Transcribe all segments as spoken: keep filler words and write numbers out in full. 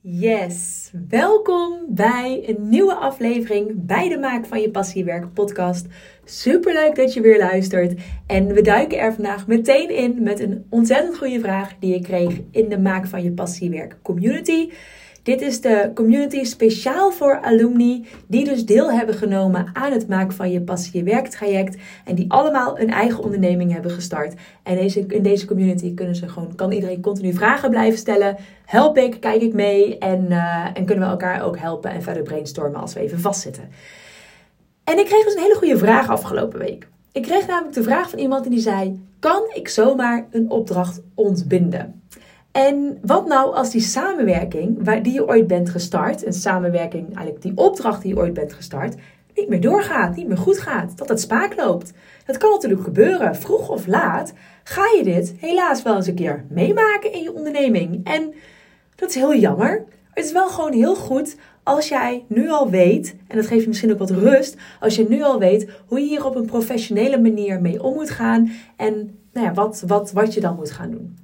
Yes, welkom bij een nieuwe aflevering bij de Maak van je Passiewerk podcast. Superleuk dat je weer luistert en we duiken er vandaag meteen in met een ontzettend goede vraag die ik kreeg in de Maak van je Passiewerk community. Dit is de community speciaal voor alumni die dus deel hebben genomen aan het Maak van je Passie Werk traject en die allemaal een eigen onderneming hebben gestart. En deze, in deze community kunnen ze gewoon, kan iedereen continu vragen blijven stellen. Help ik, kijk ik mee en, uh, en kunnen we elkaar ook helpen en verder brainstormen als we even vastzitten. En ik kreeg dus een hele goede vraag afgelopen week. Ik kreeg namelijk de vraag van iemand die zei, kan ik zomaar een opdracht ontbinden? En wat nou als die samenwerking waar die je ooit bent gestart, een samenwerking, eigenlijk die opdracht die je ooit bent gestart, niet meer doorgaat, niet meer goed gaat, dat het spaak loopt. Dat kan natuurlijk gebeuren, vroeg of laat ga je dit helaas wel eens een keer meemaken in je onderneming. En dat is heel jammer. Het is wel gewoon heel goed als jij nu al weet, en dat geeft je misschien ook wat rust, als je nu al weet hoe je hier op een professionele manier mee om moet gaan en nou ja, wat, wat, wat je dan moet gaan doen.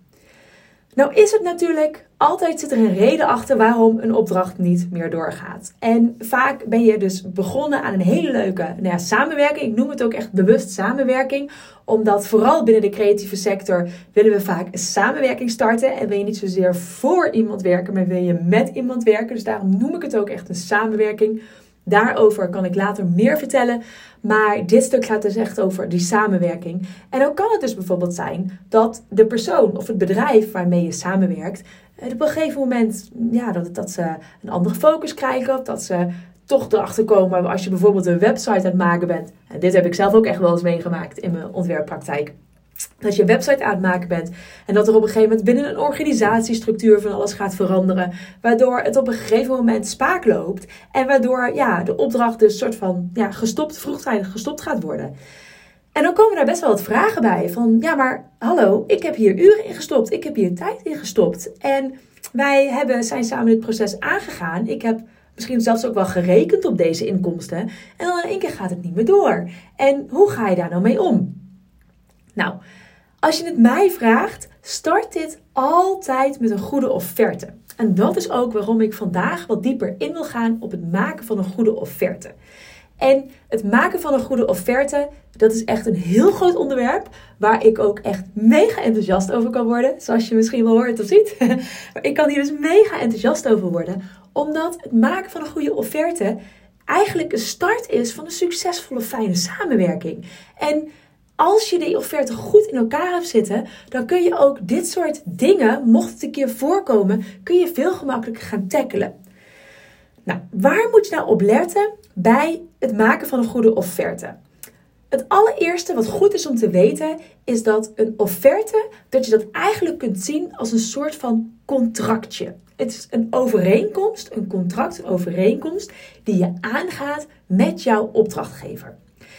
Nou is het natuurlijk, altijd zit er een reden achter waarom een opdracht niet meer doorgaat. En vaak ben je dus begonnen aan een hele leuke nou ja, samenwerking. Ik noem het ook echt bewust samenwerking. Omdat vooral binnen de creatieve sector willen we vaak een samenwerking starten. En wil je niet zozeer voor iemand werken, maar wil je met iemand werken. Dus daarom noem ik het ook echt een samenwerking. Daarover kan ik later meer vertellen. Maar dit stuk gaat dus echt over die samenwerking. En dan kan het dus bijvoorbeeld zijn dat de persoon of het bedrijf waarmee je samenwerkt, op een gegeven moment ja, dat, dat ze een andere focus krijgen. Of dat ze toch erachter komen als je bijvoorbeeld een website aan het maken bent. En dit heb ik zelf ook echt wel eens meegemaakt in mijn ontwerppraktijk. Dat je een website aan het maken bent en dat er op een gegeven moment binnen een organisatiestructuur van alles gaat veranderen. Waardoor het op een gegeven moment spaak loopt. En waardoor ja, de opdracht dus soort van ja, gestopt, vroegtijdig gestopt gaat worden. En dan komen daar best wel wat vragen bij. Van ja, maar hallo, ik heb hier uren in gestopt. Ik heb hier tijd in gestopt. En wij hebben, zijn samen dit proces aangegaan. Ik heb misschien zelfs ook wel gerekend op deze inkomsten. En dan in één keer gaat het niet meer door. En hoe ga je daar nou mee om? Nou, als je het mij vraagt, start dit altijd met een goede offerte. En dat is ook waarom ik vandaag wat dieper in wil gaan op het maken van een goede offerte. En het maken van een goede offerte, dat is echt een heel groot onderwerp, waar ik ook echt mega enthousiast over kan worden. Zoals je misschien wel hoort of ziet. Maar ik kan hier dus mega enthousiast over worden, omdat het maken van een goede offerte eigenlijk een start is van een succesvolle, fijne samenwerking. En als je die offerte goed in elkaar hebt zitten, dan kun je ook dit soort dingen, mocht het een keer voorkomen, kun je veel gemakkelijker gaan tackelen. Nou, waar moet je nou op letten bij het maken van een goede offerte? Het allereerste wat goed is om te weten, is dat een offerte, dat je dat eigenlijk kunt zien als een soort van contractje. Het is een overeenkomst, een contract, een overeenkomst die je aangaat met jouw opdrachtgever.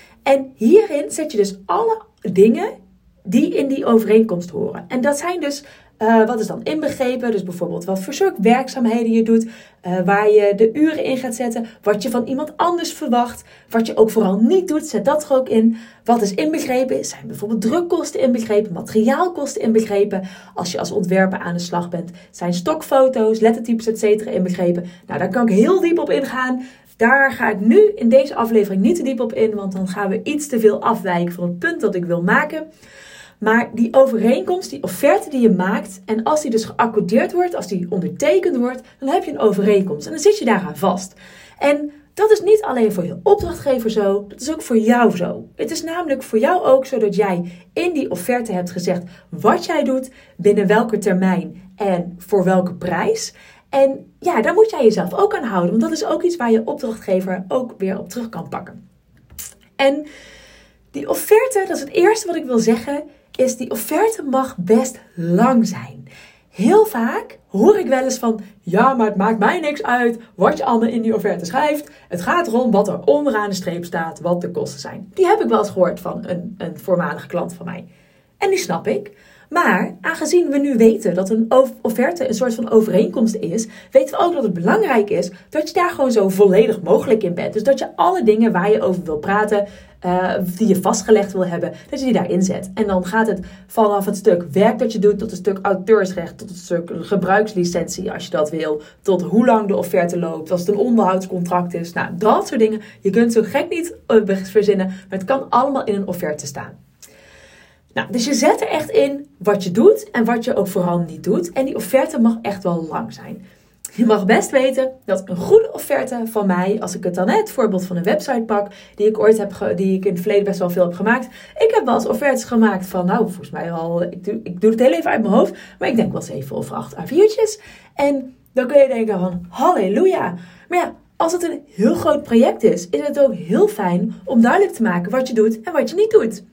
En hierin zet je dus alle dingen die in die overeenkomst horen. En dat zijn dus, uh, wat is dan inbegrepen? Dus bijvoorbeeld wat voor soort werkzaamheden je doet, uh, waar je de uren in gaat zetten, wat je van iemand anders verwacht, wat je ook vooral niet doet, zet dat er ook in. Wat is inbegrepen? Zijn bijvoorbeeld drukkosten inbegrepen, materiaalkosten inbegrepen. Als je als ontwerper aan de slag bent, zijn stokfoto's, lettertypes, et cetera inbegrepen. Nou, daar kan ik heel diep op ingaan. Daar ga ik nu in deze aflevering niet te diep op in, want dan gaan we iets te veel afwijken van het punt dat ik wil maken. Maar die overeenkomst, die offerte die je maakt, en als die dus geaccordeerd wordt, als die ondertekend wordt, dan heb je een overeenkomst. En dan zit je daaraan vast. En dat is niet alleen voor je opdrachtgever zo, dat is ook voor jou zo. Het is namelijk voor jou ook zo dat jij in die offerte hebt gezegd wat jij doet, binnen welke termijn en voor welke prijs. En ja, daar moet jij jezelf ook aan houden. Want dat is ook iets waar je opdrachtgever ook weer op terug kan pakken. En die offerte, dat is het eerste wat ik wil zeggen, is die offerte mag best lang zijn. Heel vaak hoor ik wel eens van, ja, maar het maakt mij niks uit wat je allemaal in die offerte schrijft. Het gaat erom wat er onderaan de streep staat, wat de kosten zijn. Die heb ik wel eens gehoord van een, een voormalige klant van mij. En die snap ik. Maar aangezien we nu weten dat een offerte een soort van overeenkomst is, weten we ook dat het belangrijk is dat je daar gewoon zo volledig mogelijk in bent. Dus dat je alle dingen waar je over wil praten uh, die je vastgelegd wil hebben, dat je die daarin zet. En dan gaat het vanaf het stuk werk dat je doet, tot het stuk auteursrecht, tot het stuk gebruikslicentie als je dat wil, tot hoe lang de offerte loopt, als het een onderhoudscontract is. Nou, dat soort dingen. Je kunt zo gek niet uh, verzinnen, maar het kan allemaal in een offerte staan. Nou, dus je zet er echt in wat je doet en wat je ook vooral niet doet. En die offerte mag echt wel lang zijn. Je mag best weten dat een goede offerte van mij, als ik het dan het voorbeeld van een website pak, die ik ooit heb, ge, die ik in het verleden best wel veel heb gemaakt. Ik heb wel eens offertes gemaakt van, nou, volgens mij al, ik doe, ik doe het heel even uit mijn hoofd, maar ik denk wel zeven of acht A viertjes. En dan kun je denken van, halleluja. Maar ja, als het een heel groot project is, is het ook heel fijn om duidelijk te maken wat je doet en wat je niet doet.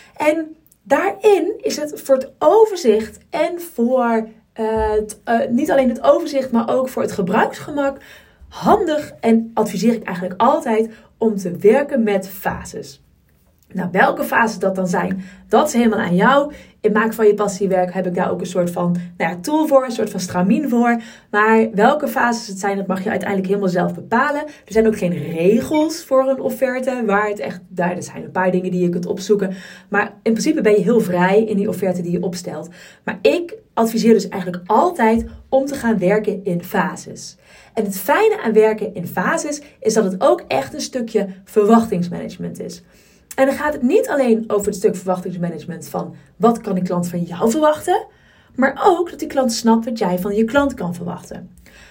En daarin is het voor het overzicht en voor uh, het, uh, niet alleen het overzicht, maar ook voor het gebruiksgemak handig en adviseer ik eigenlijk altijd om te werken met fases. Nou, welke fases dat dan zijn, dat is helemaal aan jou. In Maak van je Passiewerk heb ik daar ook een soort van nou ja, tool voor, een soort van stramien voor. Maar welke fases het zijn, dat mag je uiteindelijk helemaal zelf bepalen. Er zijn ook geen regels voor een offerte, waar het echt, daar er zijn een paar dingen die je kunt opzoeken. Maar in principe ben je heel vrij in die offerte die je opstelt. Maar ik adviseer dus eigenlijk altijd om te gaan werken in fases. En het fijne aan werken in fases is dat het ook echt een stukje verwachtingsmanagement is. En dan gaat het niet alleen over het stuk verwachtingsmanagement van wat kan die klant van jou verwachten, maar ook dat die klant snapt wat jij van je klant kan verwachten.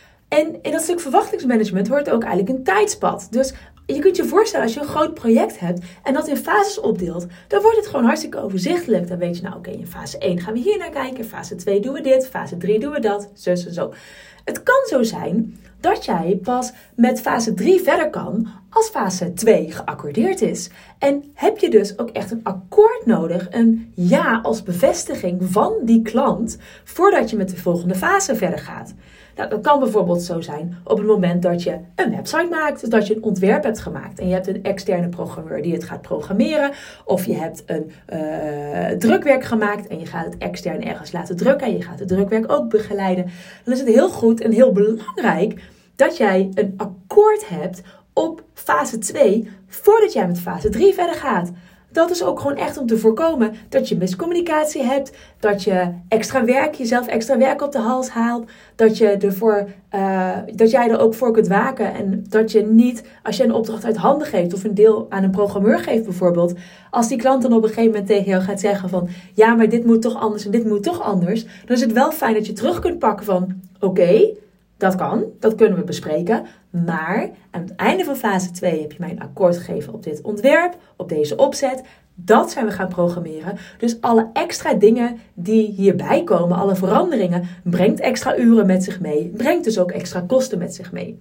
En in dat stuk verwachtingsmanagement hoort ook eigenlijk een tijdspad. Dus je kunt je voorstellen als je een groot project hebt en dat in fases opdeelt, dan wordt het gewoon hartstikke overzichtelijk. Dan weet je nou oké, okay, in fase één gaan we hier naar kijken, in fase twee doen we dit, fase drie doen we dat, zus en zo. Het kan zo zijn dat jij pas met fase drie verder kan als fase twee geaccordeerd is. En heb je dus ook echt een akkoord nodig, een ja als bevestiging van die klant, voordat je met de volgende fase verder gaat. Nou, dat kan bijvoorbeeld zo zijn op het moment dat je een website maakt, dus dat je een ontwerp hebt gemaakt en je hebt een externe programmeur die het gaat programmeren, of je hebt een uh, drukwerk gemaakt en je gaat het extern ergens laten drukken en je gaat het drukwerk ook begeleiden. Dan is het heel goed en heel belangrijk dat jij een akkoord hebt op fase twee voordat jij met fase drie verder gaat. Dat is ook gewoon echt om te voorkomen dat je miscommunicatie hebt, dat je extra werk, jezelf extra werk op de hals haalt, dat, je ervoor, uh, dat jij er ook voor kunt waken en dat je niet, als je een opdracht uit handen geeft of een deel aan een programmeur geeft bijvoorbeeld, als die klant dan op een gegeven moment tegen jou gaat zeggen van ja, maar dit moet toch anders en dit moet toch anders, dan is het wel fijn dat je terug kunt pakken van oké, okay, dat kan, dat kunnen we bespreken. Maar aan het einde van fase twee heb je mij een akkoord gegeven op dit ontwerp, op deze opzet. Dat zijn we gaan programmeren. Dus alle extra dingen die hierbij komen, alle veranderingen, brengt extra uren met zich mee. Brengt dus ook extra kosten met zich mee.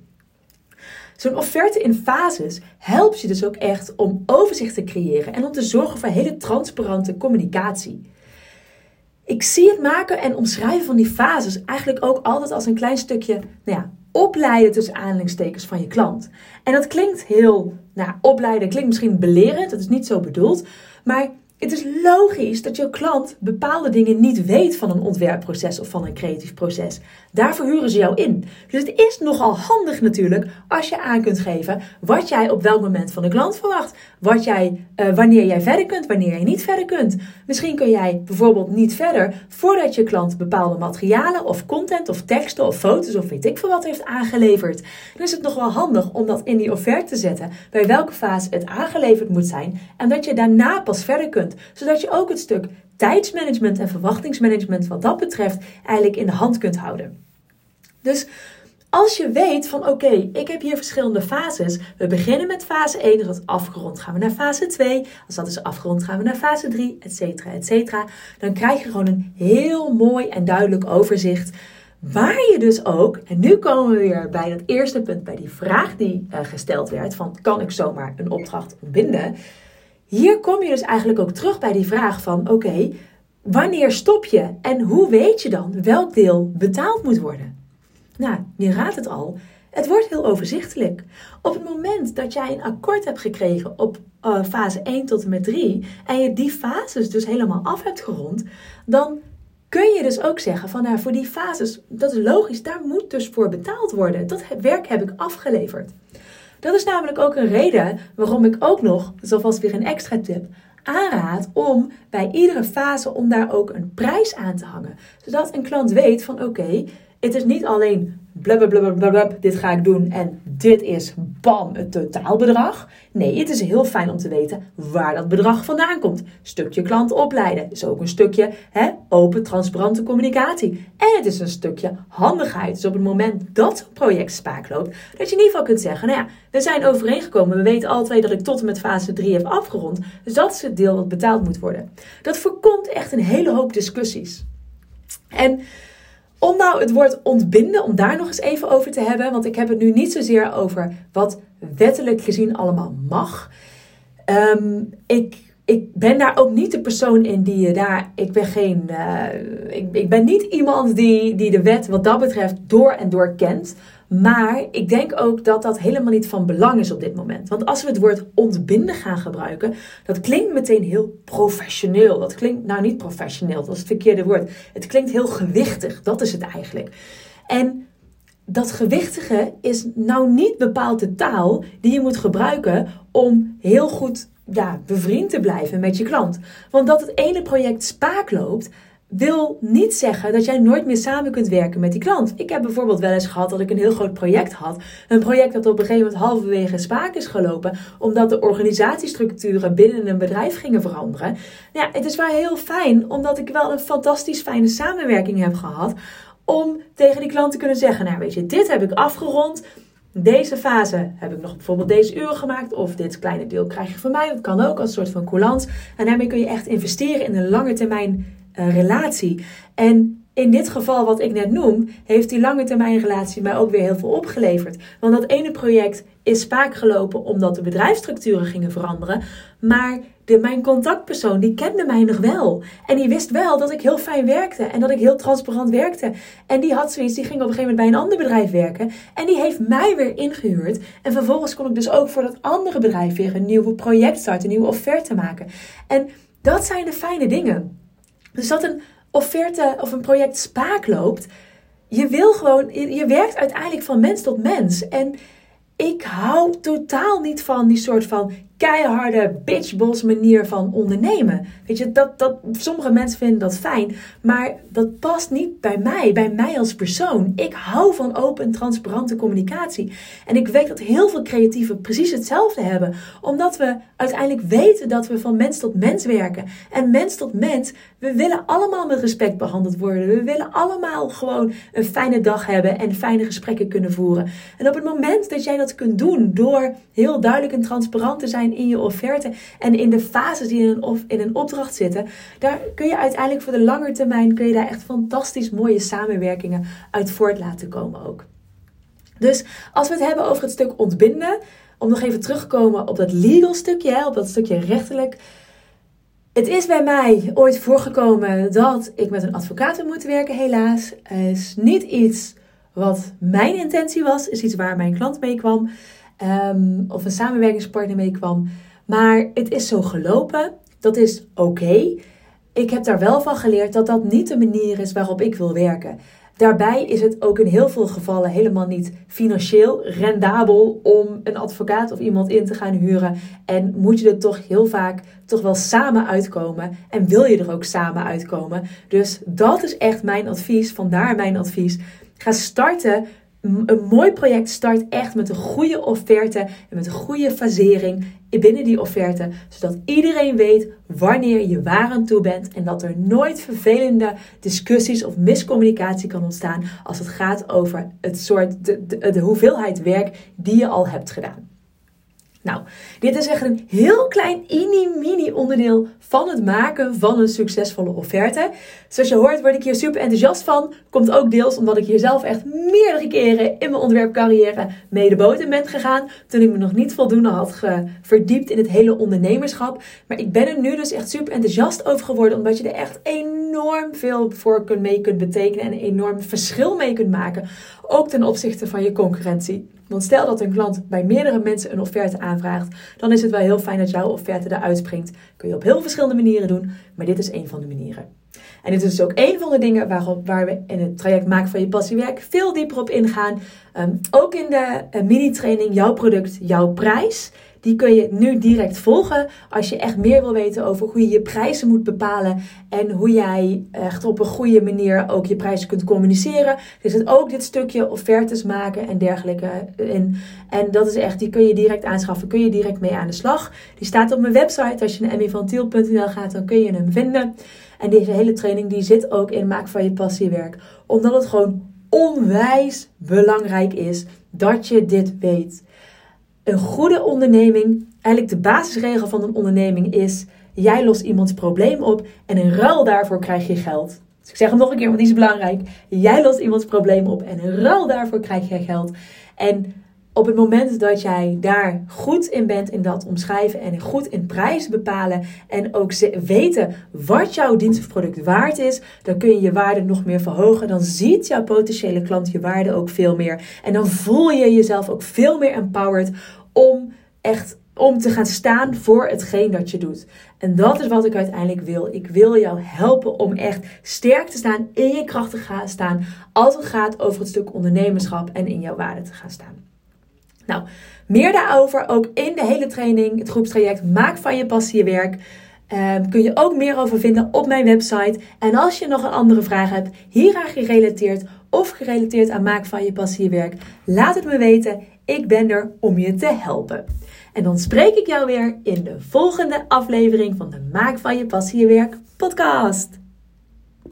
Zo'n offerte in fases helpt je dus ook echt om overzicht te creëren en om te zorgen voor hele transparante communicatie. Ik zie het maken en omschrijven van die fases eigenlijk ook altijd als een klein stukje nou ja, opleiden tussen aanhalingstekens van je klant. En dat klinkt heel, nou opleiden klinkt misschien belerend, dat is niet zo bedoeld. Maar het is logisch dat je klant bepaalde dingen niet weet van een ontwerpproces of van een creatief proces. Daarvoor huren ze jou in. Dus het is nogal handig natuurlijk als je aan kunt geven wat jij op welk moment van de klant verwacht. Wat jij, uh, wanneer jij verder kunt, wanneer je niet verder kunt. Misschien kun jij bijvoorbeeld niet verder voordat je klant bepaalde materialen of content of teksten of foto's of weet ik veel wat heeft aangeleverd. Dan is het nog wel handig om dat in die offerte te zetten bij welke fase het aangeleverd moet zijn en dat je daarna pas verder kunt. Zodat je ook het stuk tijdsmanagement en verwachtingsmanagement wat dat betreft eigenlijk in de hand kunt houden. Dus als je weet van oké, okay, ik heb hier verschillende fases. We beginnen met fase één, als dat is afgerond gaan we naar fase twee. Als dat is afgerond gaan we naar fase drie, et cetera, et cetera. Dan krijg je gewoon een heel mooi en duidelijk overzicht. Waar je dus ook, en nu komen we weer bij dat eerste punt, bij die vraag die uh, gesteld werd van kan ik zomaar een opdracht ontbinden? Hier kom je dus eigenlijk ook terug bij die vraag van oké, okay, wanneer stop je en hoe weet je dan welk deel betaald moet worden? Nou, je raadt het al, het wordt heel overzichtelijk. Op het moment dat jij een akkoord hebt gekregen op uh, fase één tot en met drie en je die fases dus helemaal af hebt gerond, dan kun je dus ook zeggen van nou, voor die fases, dat is logisch, daar moet dus voor betaald worden. Dat werk heb ik afgeleverd. Dat is namelijk ook een reden waarom ik ook nog, dat is alvast weer een extra tip, aanraad om bij iedere fase om daar ook een prijs aan te hangen. Zodat een klant weet van oké, okay, het is niet alleen blablabla, dit ga ik doen en dit is bam het totaalbedrag. Nee, het is heel fijn om te weten waar dat bedrag vandaan komt. Stukje klant opleiden is ook een stukje hè, open, transparante communicatie. En het is een stukje handigheid. Dus op het moment dat zo'n project spaak loopt, dat je in ieder geval kunt zeggen, nou ja, we zijn overeengekomen. We weten alle twee dat ik tot en met fase drie heb afgerond. Dus dat is het deel wat betaald moet worden. Dat voorkomt echt een hele hoop discussies. En om nou het woord ontbinden, om daar nog eens even over te hebben. Want ik heb het nu niet zozeer over wat wettelijk gezien allemaal mag. Um, ik, ik ben daar ook niet de persoon in die je daar... Ik ben geen... Uh, ik, ik ben niet iemand die, die de wet wat dat betreft door en door kent. Maar ik denk ook dat dat helemaal niet van belang is op dit moment. Want als we het woord ontbinden gaan gebruiken, dat klinkt meteen heel professioneel. Dat klinkt nou niet professioneel, dat is het verkeerde woord. Het klinkt heel gewichtig, dat is het eigenlijk. En dat gewichtige is nou niet bepaald de taal die je moet gebruiken om heel goed ja, bevriend te blijven met je klant. Want dat het ene project spaak loopt, wil niet zeggen dat jij nooit meer samen kunt werken met die klant. Ik heb bijvoorbeeld wel eens gehad dat ik een heel groot project had. Een project dat op een gegeven moment halverwege spaak is gelopen, omdat de organisatiestructuren binnen een bedrijf gingen veranderen. Ja, het is wel heel fijn, omdat ik wel een fantastisch fijne samenwerking heb gehad, om tegen die klant te kunnen zeggen, nou weet je, dit heb ik afgerond. Deze fase heb ik nog bijvoorbeeld deze uren gemaakt. Of dit kleine deel krijg je van mij. Dat kan ook als soort van coulance. En daarmee kun je echt investeren in een lange termijn uh, relatie. En in dit geval wat ik net noem, heeft die lange termijn relatie mij ook weer heel veel opgeleverd. Want dat ene project is spaak gelopen omdat de bedrijfsstructuren gingen veranderen. Maar de, mijn contactpersoon, die kende mij nog wel. En die wist wel dat ik heel fijn werkte en dat ik heel transparant werkte. En die had zoiets, die ging op een gegeven moment bij een ander bedrijf werken. En die heeft mij weer ingehuurd. En vervolgens kon ik dus ook voor dat andere bedrijf weer een nieuw project starten, een nieuwe offerte maken. En dat zijn de fijne dingen. Dus dat een offerte of een project spaak loopt, je wil gewoon, je, je werkt uiteindelijk van mens tot mens. En ik hou totaal niet van die soort van keiharde bitchboss manier van ondernemen. Weet je, dat, dat, sommige mensen vinden dat fijn, maar dat past niet bij mij, bij mij als persoon. Ik hou van open en transparante communicatie. En ik weet dat heel veel creatieven precies hetzelfde hebben, omdat we uiteindelijk weten dat we van mens tot mens werken. En mens tot mens, we willen allemaal met respect behandeld worden. We willen allemaal gewoon een fijne dag hebben en fijne gesprekken kunnen voeren. En op het moment dat jij dat kunt doen door heel duidelijk en transparant te zijn in je offerte en in de fases die in een, of, in een opdracht zitten, daar kun je uiteindelijk voor de lange termijn kun je daar echt fantastisch mooie samenwerkingen uit voort laten komen ook. Dus als we het hebben over het stuk ontbinden, om nog even terug te komen op dat legal stukje, hè, op dat stukje rechtelijk. Het is bij mij ooit voorgekomen dat ik met een advocaat heb moeten werken, helaas. Het is niet iets wat mijn intentie was, is iets waar mijn klant mee kwam. Um, of een samenwerkingspartner mee kwam. Maar het is zo gelopen. Dat is oké. Okay. Ik heb daar wel van geleerd dat dat niet de manier is waarop ik wil werken. Daarbij is het ook in heel veel gevallen helemaal niet financieel rendabel om een advocaat of iemand in te gaan huren. En moet je er toch heel vaak toch wel samen uitkomen. En wil je er ook samen uitkomen. Dus dat is echt mijn advies. Vandaar mijn advies. Ga starten. Een mooi project start echt met een goede offerte en met een goede fasering binnen die offerte. Zodat iedereen weet wanneer je waar aan toe bent. En dat er nooit vervelende discussies of miscommunicatie kan ontstaan als het gaat over het soort, de, de, de hoeveelheid werk die je al hebt gedaan. Nou, dit is echt een heel klein mini-mini onderdeel van het maken van een succesvolle offerte. Zoals je hoort word ik hier super enthousiast van. Komt ook deels omdat ik hier zelf echt meerdere keren in mijn ontwerpcarrière mee de boot in ben gegaan. Toen ik me nog niet voldoende had ge- verdiept in het hele ondernemerschap. Maar ik ben er nu dus echt super enthousiast over geworden. Omdat je er echt enorm veel voor kunt, mee kunt betekenen. En een enorm verschil mee kunt maken. Ook ten opzichte van je concurrentie. Want stel dat een klant bij meerdere mensen een offerte aanvraagt, dan is het wel heel fijn dat jouw offerte eruit springt. Kun je op heel verschillende manieren doen, maar dit is een van de manieren. En dit is dus ook een van de dingen waarop, waar we in het traject Maak van je passie werk veel dieper op ingaan. Um, ook in de uh, mini-training Jouw product, jouw prijs. Die kun je nu direct volgen als je echt meer wil weten over hoe je je prijzen moet bepalen. En hoe jij echt op een goede manier ook je prijzen kunt communiceren. Er zit ook dit stukje offertes maken en dergelijke in. En dat is echt, die kun je direct aanschaffen. Kun je direct mee aan de slag. Die staat op mijn website. Als je naar emmy van tiel punt n l gaat, dan kun je hem vinden. En deze hele training die zit ook in Maak van je passie werk. Omdat het gewoon onwijs belangrijk is dat je dit weet. Een goede onderneming, eigenlijk de basisregel van een onderneming is, jij lost iemands probleem op en in ruil daarvoor krijg je geld. Dus ik zeg hem nog een keer, want die is belangrijk. Jij lost iemands probleem op en in ruil daarvoor krijg je geld. En op het moment dat jij daar goed in bent in dat omschrijven en goed in prijs bepalen en ook weten wat jouw dienst of product waard is, dan kun je je waarde nog meer verhogen. Dan ziet jouw potentiële klant je waarde ook veel meer. En dan voel je jezelf ook veel meer empowered om echt om te gaan staan voor hetgeen dat je doet. En dat is wat ik uiteindelijk wil. Ik wil jou helpen om echt sterk te staan, in je kracht te gaan staan, als het gaat over het stuk ondernemerschap en in jouw waarde te gaan staan. Nou, meer daarover ook in de hele training, het groepstraject Maak van je passie je werk. Uh, kun je ook meer over vinden op mijn website. En als je nog een andere vraag hebt, hieraan gerelateerd of gerelateerd aan Maak van je passie je werk, laat het me weten. Ik ben er om je te helpen. En dan spreek ik jou weer in de volgende aflevering van de Maak van je passie je werk podcast.